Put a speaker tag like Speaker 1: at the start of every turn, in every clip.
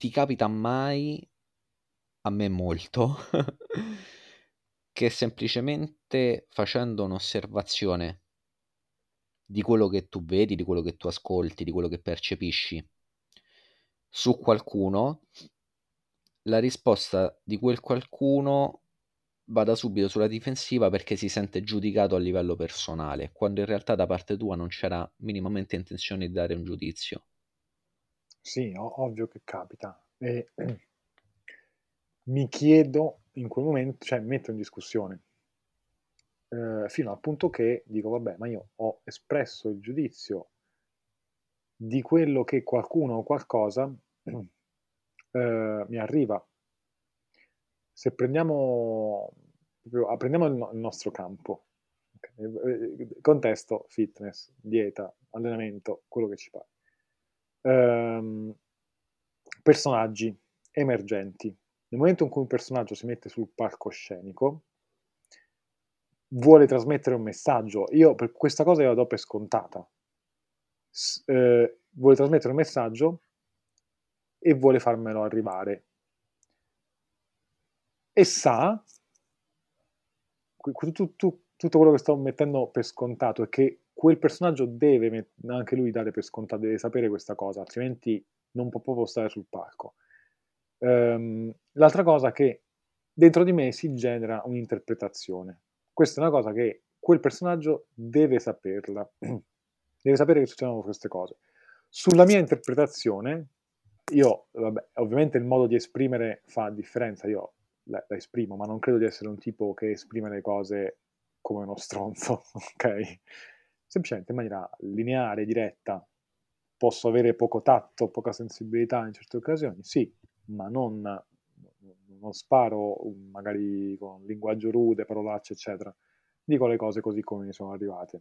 Speaker 1: ti capita mai, a me molto, che semplicemente facendo un'osservazione di quello che tu vedi, di quello che tu ascolti, di quello che percepisci su qualcuno, la risposta di quel qualcuno vada subito sulla difensiva perché si sente giudicato a livello personale, quando in realtà da parte tua non c'era minimamente intenzione di dare un giudizio.
Speaker 2: Sì, ovvio che capita. E mi chiedo in quel momento, cioè metto in discussione, fino al punto che dico, vabbè, ma io ho espresso il giudizio di quello che qualcuno o qualcosa mi arriva. Se prendiamo, prendiamo il nostro campo, okay? Contesto, fitness, dieta, allenamento, quello che ci pare. Ehm, Personaggi emergenti. Nel momento in cui un personaggio si mette sul palcoscenico, vuole trasmettere un messaggio. Io per questa cosa io la do per scontata. Vuole trasmettere un messaggio e vuole farmelo arrivare. E sa, tutto quello che sto mettendo per scontato è che quel personaggio deve anche lui dare per scontato, deve sapere questa cosa, altrimenti non può proprio stare sul palco. L'altra cosa è che dentro di me si genera un'interpretazione. Questa è una cosa che quel personaggio deve saperla, deve sapere che succedono queste cose. Sulla mia interpretazione, io, vabbè, ovviamente il modo di esprimere fa differenza, io la esprimo, ma non credo di essere un tipo che esprime le cose come uno stronzo, ok? Semplicemente in maniera lineare, diretta. Posso avere poco tatto, poca sensibilità in certe occasioni, sì, ma non sparo magari con linguaggio rude, parolacce, eccetera. Dico le cose così come mi sono arrivate.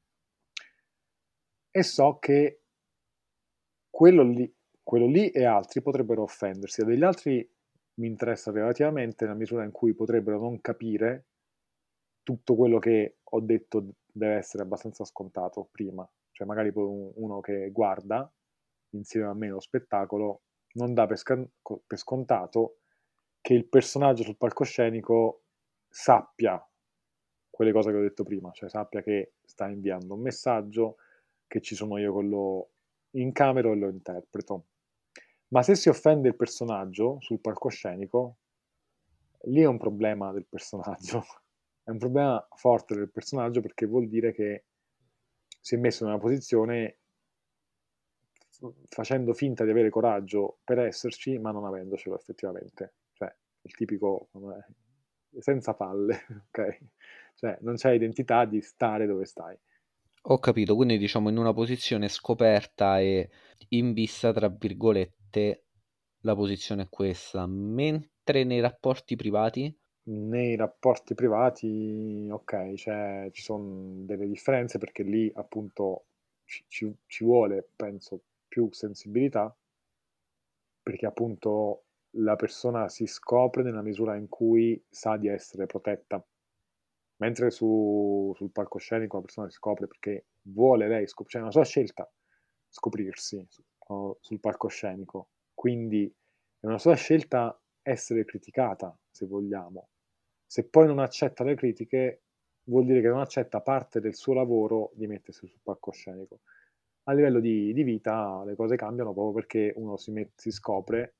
Speaker 2: E so che quello lì, quello lì e altri potrebbero offendersi, a degli altri mi interessa relativamente nella misura in cui potrebbero non capire tutto quello che ho detto deve essere abbastanza scontato prima. Cioè magari poi uno che guarda insieme a me lo spettacolo non dà per scontato che il personaggio sul palcoscenico sappia quelle cose che ho detto prima, cioè sappia che sta inviando un messaggio, che ci sono io quello in camera e lo interpreto. Ma se si offende il personaggio sul palcoscenico, lì è un problema del personaggio. È un problema forte del personaggio perché vuol dire che si è messo in una posizione facendo finta di avere coraggio per esserci, ma non avendocelo effettivamente. Cioè, il tipico senza palle, ok? Cioè, non c'è identità di stare dove stai.
Speaker 1: Ho capito, quindi diciamo in una posizione scoperta e in vista, tra virgolette, la posizione è questa, mentre nei rapporti privati,
Speaker 2: Nei rapporti privati, ok, cioè ci sono delle differenze perché lì appunto ci vuole, penso, più sensibilità perché appunto la persona si scopre nella misura in cui sa di essere protetta, mentre sul palcoscenico la persona si scopre perché vuole lei, cioè è una sua scelta scoprirsi sul palcoscenico, quindi è una sua scelta essere criticata, se vogliamo. Se poi non accetta le critiche, vuol dire che non accetta parte del suo lavoro di mettersi sul palcoscenico. A livello di vita le cose cambiano proprio perché uno si scopre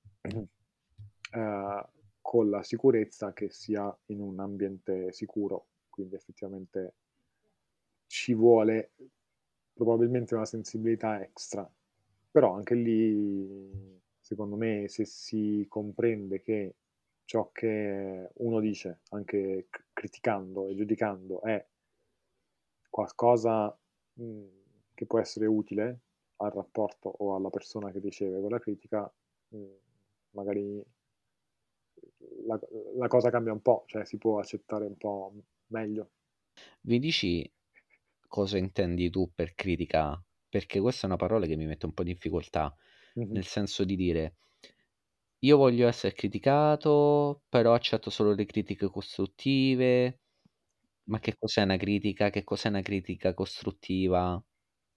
Speaker 2: con la sicurezza che sia in un ambiente sicuro, quindi effettivamente ci vuole probabilmente una sensibilità extra, però anche lì, secondo me, se si comprende che ciò che uno dice, anche criticando e giudicando, è qualcosa che può essere utile al rapporto o alla persona che riceve quella critica, mh, magari la, la cosa cambia un po', cioè si può accettare un po' meglio.
Speaker 1: mi dici cosa intendi tu per critica? Perché questa è una parola che mi mette un po' in difficoltà,
Speaker 2: Mhm.
Speaker 1: nel senso di dire io voglio essere criticato, però accetto solo le critiche costruttive. Ma che cos'è una critica? Che cos'è una critica costruttiva?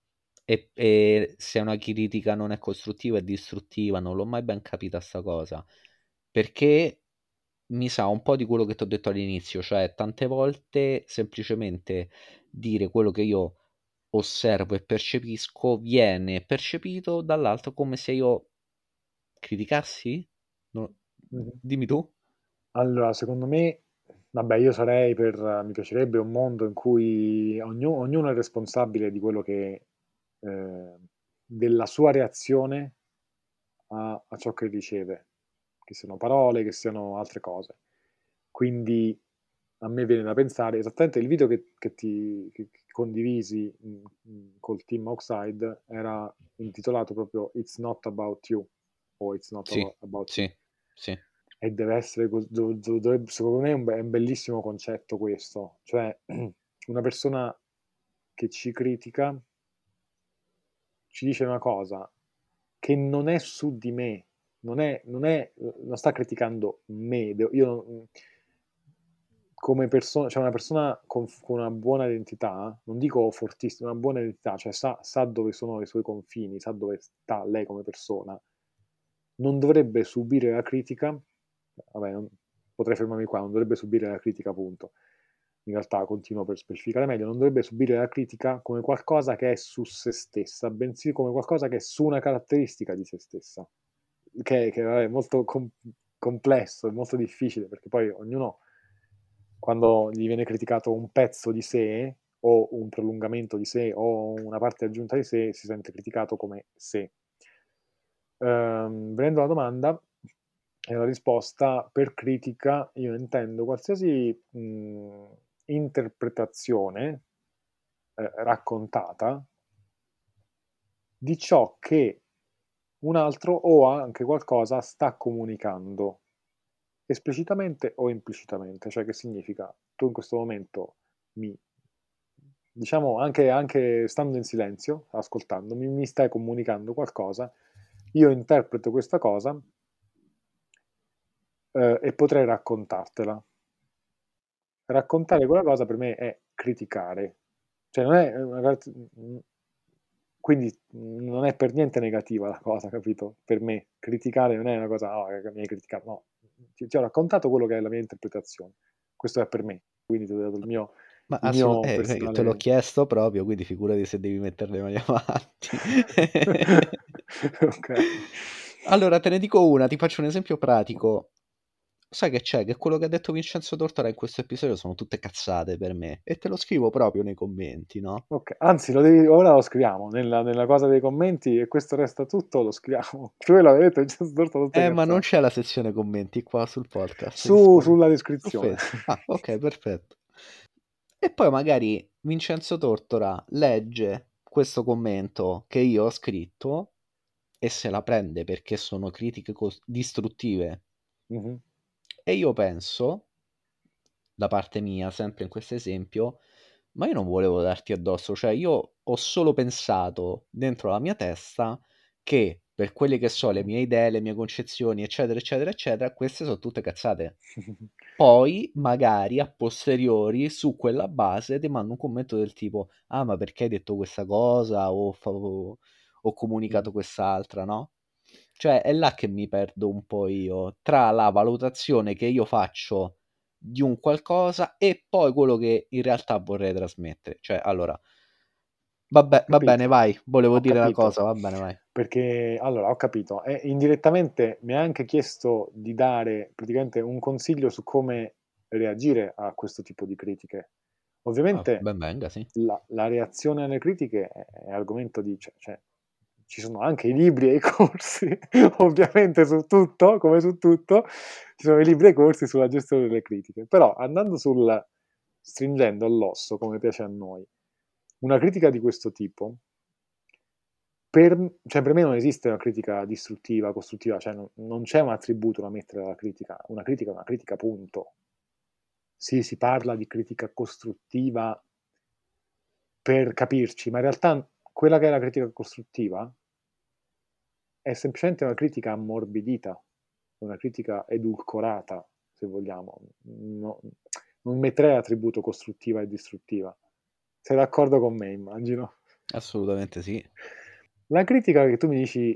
Speaker 1: E se una critica non è costruttiva è distruttiva, non l'ho mai ben capita sta cosa. Perché mi sa un po' di quello che ti ho detto all'inizio, cioè tante volte semplicemente dire quello che io osservo e percepisco viene percepito dall'altro come se io criticassi? No-
Speaker 2: Mhm.
Speaker 1: Dimmi tu?
Speaker 2: Allora, secondo me, vabbè, io sarei per, mi piacerebbe un mondo in cui ognuno è responsabile di quello che, eh, della sua reazione a ciò che riceve, che siano parole, che siano altre cose. Quindi a me viene da pensare, esattamente il video che condivisi col team Oxide era intitolato proprio It's not about you o It's not
Speaker 1: Sì,
Speaker 2: about you.
Speaker 1: sì, sì.
Speaker 2: E deve essere, secondo me è un bellissimo concetto questo, cioè una persona che ci critica ci dice una cosa che non è su di me, non sta criticando me, come persona, cioè una persona con una buona identità, non dico fortissima, una buona identità, cioè sa dove sono i suoi confini, sa dove sta lei come persona, non dovrebbe subire la critica, vabbè, potrei fermarmi qua, non dovrebbe subire la critica, punto. In realtà continuo per specificare meglio, non dovrebbe subire la critica come qualcosa che è su se stessa, bensì come qualcosa che è su una caratteristica di se stessa, che vabbè, è molto complesso, è molto difficile, perché poi ognuno, quando gli viene criticato un pezzo di sé, o un prolungamento di sé, o una parte aggiunta di sé, si sente criticato come sé. Venendo alla domanda e alla risposta, per critica io intendo qualsiasi interpretazione raccontata di ciò che un altro o anche qualcosa sta comunicando, esplicitamente o implicitamente. Cioè, che significa? Tu in questo momento mi, diciamo, anche stando in silenzio, ascoltando, mi stai comunicando qualcosa, io interpreto questa cosa e potrei raccontartela. Raccontare quella cosa per me è criticare. Cioè non è quindi non è per niente negativa la cosa, capito? Per me criticare non è una cosa: "Oh, che mi hai criticato", no. Ti ho raccontato quello che è la mia interpretazione. Questo è per me, quindi ti ho dato
Speaker 1: Ma
Speaker 2: il mio
Speaker 1: te l'ho
Speaker 2: personale.
Speaker 1: chiesto proprio, quindi figurati se devi mettere le mani avanti.
Speaker 2: Okay.
Speaker 1: Allora, te ne dico una, ti faccio un esempio pratico. Sai che c'è? Che quello che ha detto Vincenzo Tortora in questo episodio sono tutte cazzate per me. E te lo scrivo proprio nei commenti, no?
Speaker 2: Anzi, ora lo scriviamo nella cosa dei commenti e questo resta tutto, lo scriviamo. Tu l'avevi detto, ci sono tutte
Speaker 1: Ma non
Speaker 2: cazzate.
Speaker 1: c'è la sezione commenti qua sul podcast di Spotify.
Speaker 2: Sulla
Speaker 1: Su
Speaker 2: descrizione.
Speaker 1: Facebook. Ah, ok, perfetto. E poi magari Vincenzo Tortora legge questo commento che io ho scritto e se la prende perché sono critiche distruttive.
Speaker 2: Mhm.
Speaker 1: E io penso, da parte mia, sempre in questo esempio, ma io non volevo darti addosso, cioè io ho solo pensato dentro la mia testa che per quelle che so le mie idee, le mie concezioni, eccetera, eccetera, eccetera, queste sono tutte cazzate. Poi, magari a posteriori, su quella base ti mando un commento del tipo: Ah, ma perché hai detto questa cosa? O
Speaker 2: Mhm.
Speaker 1: comunicato quest'altra, no? Cioè, è là che mi perdo un po' io, tra la valutazione che io faccio di un qualcosa e poi quello che in realtà vorrei trasmettere. Cioè, allora,
Speaker 2: Ho
Speaker 1: vabbè, va bene,
Speaker 2: capito,
Speaker 1: vai, volevo
Speaker 2: ho
Speaker 1: dire la
Speaker 2: capito,
Speaker 1: cosa, va bene, vai.
Speaker 2: perché allora ho capito, e indirettamente mi ha anche chiesto di dare praticamente un consiglio su come reagire a questo tipo di critiche.
Speaker 1: Ah,
Speaker 2: Ovviamente
Speaker 1: ben venga, sì.
Speaker 2: la reazione alle critiche è argomento di, cioè, ci sono anche i libri e i corsi, ovviamente su tutto, come su tutto, ci sono i libri e i corsi sulla gestione delle critiche, però andando stringendo all'osso, come piace a noi, una critica di questo tipo, cioè per me non esiste una critica distruttiva, costruttiva, cioè non c'è un attributo da mettere alla critica, è una critica, punto. Sì, si parla di critica costruttiva per capirci, ma in realtà quella che è la critica costruttiva è semplicemente una critica ammorbidita, una critica edulcorata, se vogliamo. Non metterei attributo costruttiva e distruttiva. Sei d'accordo con me, immagino?
Speaker 1: Assolutamente sì.
Speaker 2: La critica che tu mi dici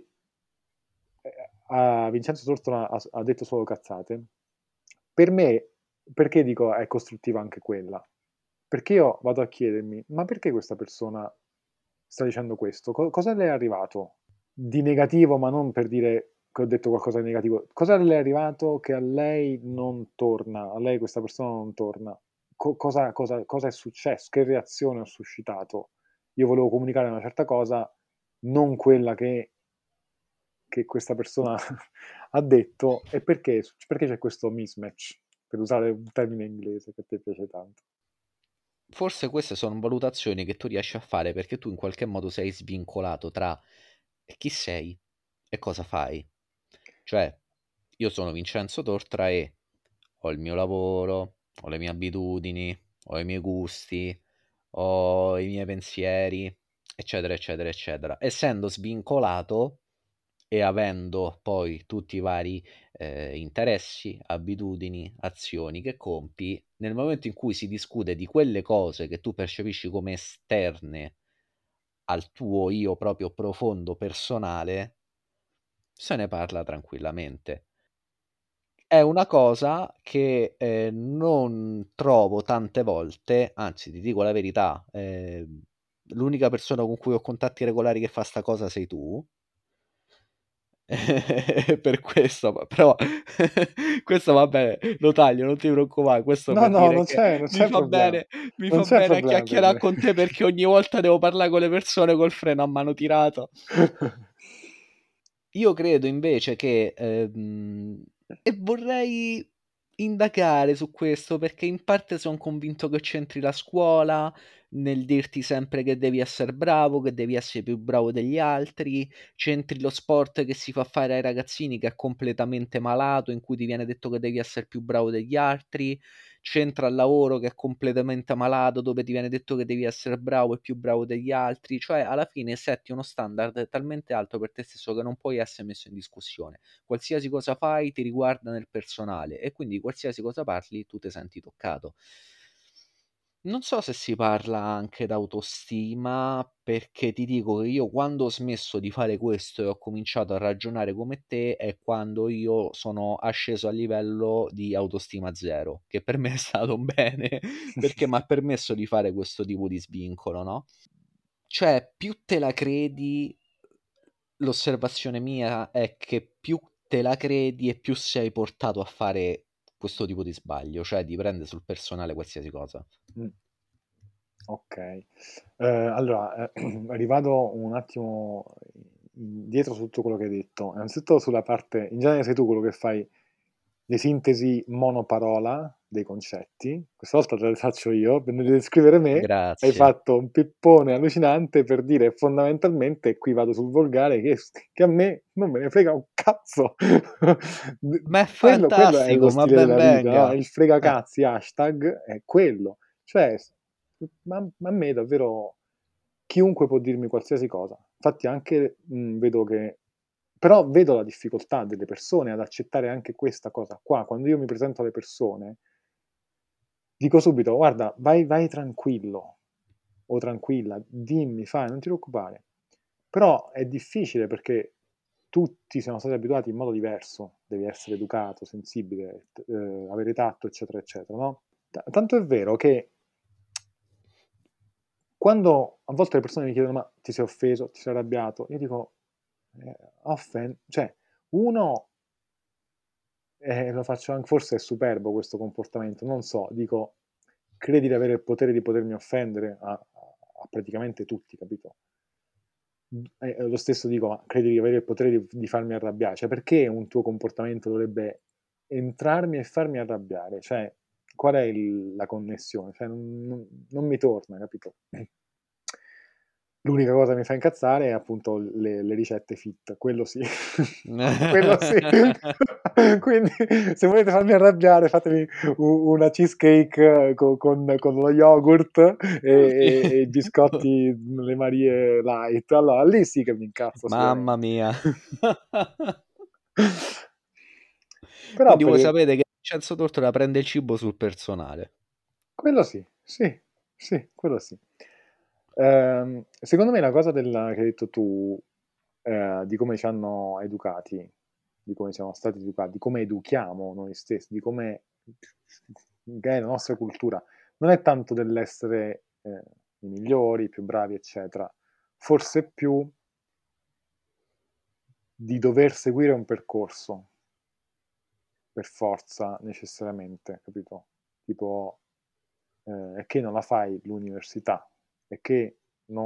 Speaker 2: a Vincenzo Tortora ha detto solo cazzate, per me, perché dico è costruttiva anche quella? Perché io vado a chiedermi, ma perché questa persona sta dicendo questo? Cosa le è arrivato di negativo, ma non per dire che ho detto qualcosa di negativo? Cosa le è arrivato che a lei non torna, a lei questa persona non torna? Cosa è successo? Che reazione ho suscitato? Io volevo comunicare una certa cosa, non quella che questa persona ha detto, e perché c'è questo mismatch, per usare un termine inglese che a te piace tanto.
Speaker 1: Forse queste sono valutazioni che tu riesci a fare perché tu in qualche modo sei svincolato tra chi sei e cosa fai. Cioè, io sono Vincenzo Tortra e ho il mio lavoro, ho le mie abitudini, ho i miei gusti, ho i miei pensieri, eccetera, eccetera, eccetera. Essendo svincolato e avendo poi tutti i vari interessi, abitudini, azioni che compi, nel momento in cui si discute di quelle cose che tu percepisci come esterne al tuo io proprio profondo personale, se ne parla tranquillamente. È una cosa che non trovo tante volte, anzi ti dico la verità, l'unica persona con cui ho contatti regolari che fa sta cosa sei tu. Per questo, però questo vabbè, lo taglio, non ti preoccupare, questo
Speaker 2: No,
Speaker 1: per
Speaker 2: no,
Speaker 1: dire che
Speaker 2: non c'è problema.
Speaker 1: mi
Speaker 2: Non
Speaker 1: fa
Speaker 2: c'è
Speaker 1: bene a
Speaker 2: problema per
Speaker 1: chiacchierare
Speaker 2: me.
Speaker 1: con te perché ogni volta devo parlare con le persone col freno a mano tirato. Io credo invece che, e vorrei indagare su questo perché in parte sono convinto che c'entri la scuola nel dirti sempre che devi essere bravo, che devi essere più bravo degli altri, c'entri lo sport che si fa fare ai ragazzini che è completamente malato, in cui ti viene detto che devi essere più bravo degli altri, c'entra il lavoro che è completamente malato, dove ti viene detto che devi essere bravo e più bravo degli altri, cioè alla fine setti uno standard talmente alto per te stesso che non puoi essere messo in discussione. Qualsiasi cosa fai ti riguarda nel personale e quindi qualsiasi cosa parli tu ti senti toccato. Non so se si parla anche d'autostima, perché ti dico che io quando ho smesso di fare questo e ho cominciato a ragionare come te è quando io sono asceso a livello di autostima zero, che per me è stato un bene, perché mi ha permesso di fare questo tipo di svincolo, no? Cioè, più te la credi, l'osservazione mia è che più te la credi e più sei portato a fare questo tipo di sbaglio, cioè di prendere sul personale qualsiasi cosa.
Speaker 2: Mm. Ok, allora rivado un attimo indietro su tutto quello che hai detto. Innanzitutto sulla parte, in genere sei tu quello che fai le sintesi monoparola dei concetti, questa volta te le faccio io, per nel descrivere me hai
Speaker 1: Grazie.
Speaker 2: fatto un pippone allucinante per dire fondamentalmente, e qui vado sul volgare, che a me non me ne frega un cazzo.
Speaker 1: Ma è
Speaker 2: Quello è lo
Speaker 1: fantastico, ma
Speaker 2: stile
Speaker 1: ben
Speaker 2: della vita, no?
Speaker 1: venga.
Speaker 2: Il fregacazzi hashtag è quello. Cioè, ma a me davvero chiunque può dirmi qualsiasi cosa. Infatti anche vedo che... Però vedo la difficoltà delle persone ad accettare anche questa cosa qua. Quando io mi presento alle persone, dico subito, guarda, vai tranquillo o tranquilla, dimmi, fai, non ti preoccupare. Però è difficile perché tutti siamo stati abituati in modo diverso, devi essere educato, sensibile, avere tatto, eccetera, eccetera, no? Tanto è vero che quando a volte le persone mi chiedono, ma ti sei offeso, ti sei arrabbiato, io dico, cioè, uno, lo faccio anche, forse è superbo questo comportamento, non so, dico, credi di avere il potere di potermi offendere a praticamente tutti, capito? Lo stesso dico, ma credi di avere il potere di farmi arrabbiare? Cioè, perché un tuo comportamento dovrebbe entrarmi e farmi arrabbiare? Cioè, qual è la connessione? Cioè, non mi torna, capito? L'unica cosa che mi fa incazzare è appunto le ricette fit, quello sì, quello sì. Quindi se volete farmi arrabbiare fatemi una cheesecake con lo yogurt e i biscotti, le Marie light. Allora lì sì che mi incazzo
Speaker 1: Mamma
Speaker 2: seriamente.
Speaker 1: mia.
Speaker 2: Però
Speaker 1: Quindi
Speaker 2: per
Speaker 1: voi
Speaker 2: il...
Speaker 1: sapete che Vincenzo Tortora prende il cibo sul personale.
Speaker 2: Quello sì, sì, sì, quello sì. Secondo me la cosa che hai detto tu, di come ci hanno educati, di come siamo stati educati, di come educhiamo noi stessi, di come che è la nostra cultura, non è tanto dell'essere i migliori, i più bravi, eccetera. Forse è più di dover seguire un percorso per forza, necessariamente, capito? Tipo, è che non la fai l'università, è che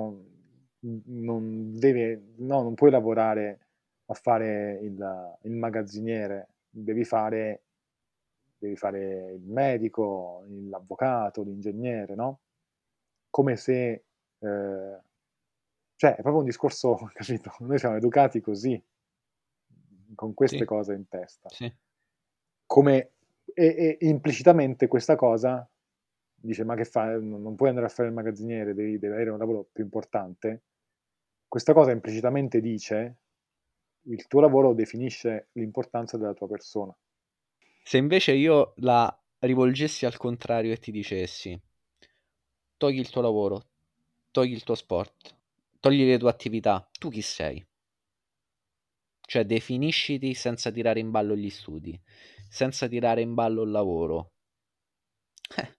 Speaker 2: non deve, no, non puoi lavorare a fare il magazziniere, devi fare il medico, l'avvocato, l'ingegnere, no? Come se, cioè, è proprio un discorso, capito? Noi siamo educati così, con queste
Speaker 1: Sì,
Speaker 2: cose in testa.
Speaker 1: sì.
Speaker 2: Come, e implicitamente questa cosa dice: ma che fai? Non puoi andare a fare il magazziniere, devi avere un lavoro più importante. Questa cosa implicitamente dice: il tuo lavoro definisce l'importanza della tua persona.
Speaker 1: Se invece io la rivolgessi al contrario e ti dicessi, togli il tuo lavoro, togli il tuo sport, togli le tue attività, tu chi sei? Cioè definisciti senza tirare in ballo gli studi, senza tirare in ballo il lavoro. Eh,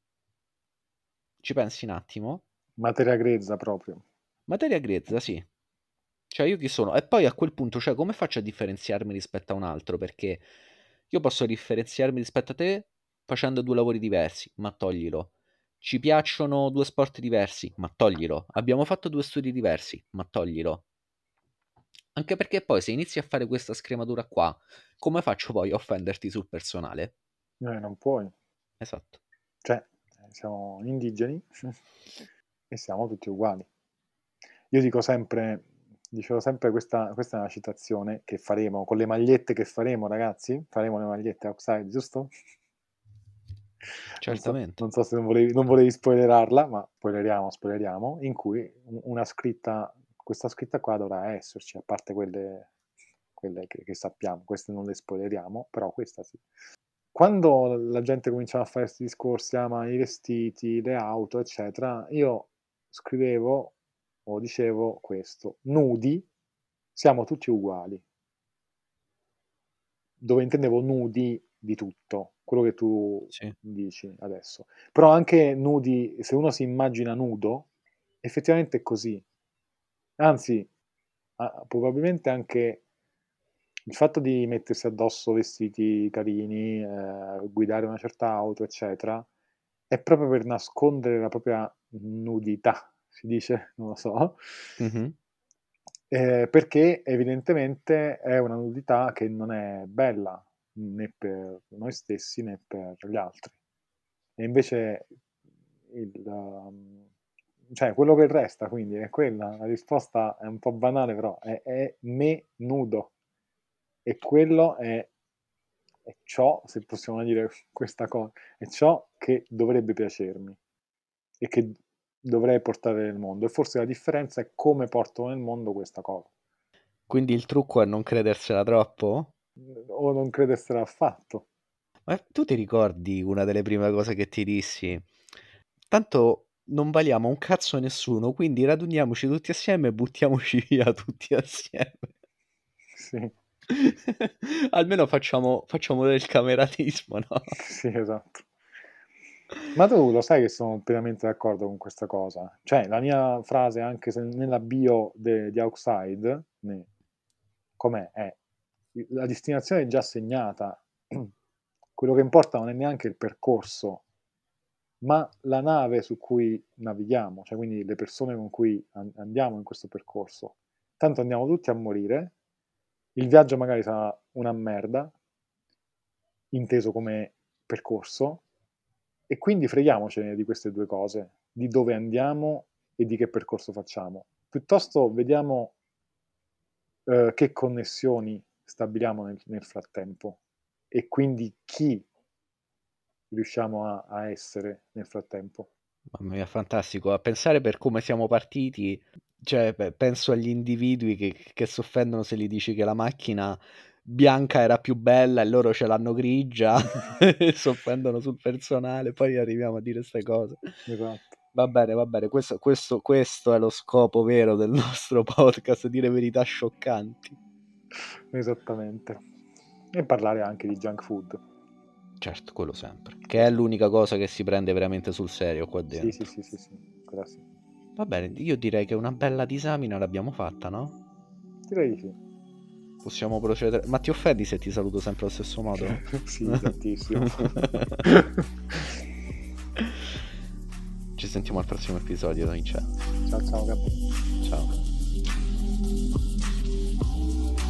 Speaker 1: ci pensi un attimo?
Speaker 2: Materia grezza proprio.
Speaker 1: Materia grezza, sì. Cioè io chi sono? E poi a quel punto, cioè come faccio a differenziarmi rispetto a un altro? Perché io posso differenziarmi rispetto a te facendo due lavori diversi, ma toglilo. Ci piacciono due sport diversi, ma toglilo. Abbiamo fatto due studi diversi, ma toglilo. Anche perché poi se inizi a fare questa scrematura qua, come faccio poi a offenderti sul personale?
Speaker 2: Non puoi.
Speaker 1: Esatto.
Speaker 2: Cioè, siamo indigeni e siamo tutti uguali. Io dicevo sempre questa è una citazione che faremo con le magliette che faremo, ragazzi. Faremo le magliette outside, giusto?
Speaker 1: Certamente.
Speaker 2: Non so se non volevi spoilerarla, ma spoileriamo, in cui una scritta, questa scritta qua dovrà esserci, a parte quelle che sappiamo, queste non le spoileriamo, però questa sì. Quando la gente cominciava a fare questi discorsi, ma i vestiti, le auto, eccetera, io scrivevo o dicevo questo: nudi siamo tutti uguali. Dove intendevo nudi di tutto, quello che tu
Speaker 1: Sì.
Speaker 2: dici adesso. Però anche nudi, se uno si immagina nudo, effettivamente è così. Anzi, probabilmente anche il fatto di mettersi addosso vestiti carini, guidare una certa auto, eccetera, è proprio per nascondere la propria nudità, si dice, non lo so.
Speaker 1: Mhm.
Speaker 2: Perché evidentemente è una nudità che non è bella né per noi stessi né per gli altri. E invece cioè quello che resta quindi è quella, la risposta è un po' banale però è me nudo e quello è ciò, se possiamo dire questa cosa, è ciò che dovrebbe piacermi e che dovrei portare nel mondo e forse la differenza è come porto nel mondo questa cosa.
Speaker 1: Quindi il trucco è non credersela troppo?
Speaker 2: O non credersela affatto.
Speaker 1: Ma tu ti ricordi una delle prime cose che ti dissi? Tanto non valiamo un cazzo a nessuno, quindi raduniamoci tutti assieme e buttiamoci via tutti assieme.
Speaker 2: Sì,
Speaker 1: Almeno facciamo del cameratismo, no?
Speaker 2: sì, esatto. Ma tu lo sai che sono pienamente d'accordo con questa cosa. Cioè, la mia frase, anche se nella bio di Outside, com'è? È la destinazione è già segnata. Quello che importa non è neanche il percorso, ma la nave su cui navighiamo, cioè quindi le persone con cui andiamo in questo percorso. Tanto andiamo tutti a morire, il viaggio magari sarà una merda, inteso come percorso, e quindi freghiamocene di queste due cose, di dove andiamo e di che percorso facciamo. Piuttosto vediamo che connessioni stabiliamo nel frattempo e quindi chi riusciamo a essere nel frattempo.
Speaker 1: Mamma mia, fantastico. A pensare per come siamo partiti, cioè, penso agli individui che si offendono se gli dici che la macchina bianca era più bella e loro ce l'hanno grigia e si offendono sul personale, poi arriviamo a dire queste cose.
Speaker 2: Esatto.
Speaker 1: Va bene, questo è lo scopo vero del nostro podcast, dire verità scioccanti.
Speaker 2: Esattamente. E parlare anche di junk food.
Speaker 1: Certo, quello sempre. Che è l'unica cosa che si prende veramente sul serio qua
Speaker 2: Sì,
Speaker 1: dentro.
Speaker 2: sì. Quella sì.
Speaker 1: Va bene, io direi che una bella disamina l'abbiamo fatta, no?
Speaker 2: Direi di sì.
Speaker 1: Possiamo procedere. Ma ti offendi se ti saluto sempre allo stesso modo?
Speaker 2: Sì, tantissimo.
Speaker 1: Ci sentiamo al prossimo episodio, ciao.
Speaker 2: Ciao, Gabbo.
Speaker 1: Ciao.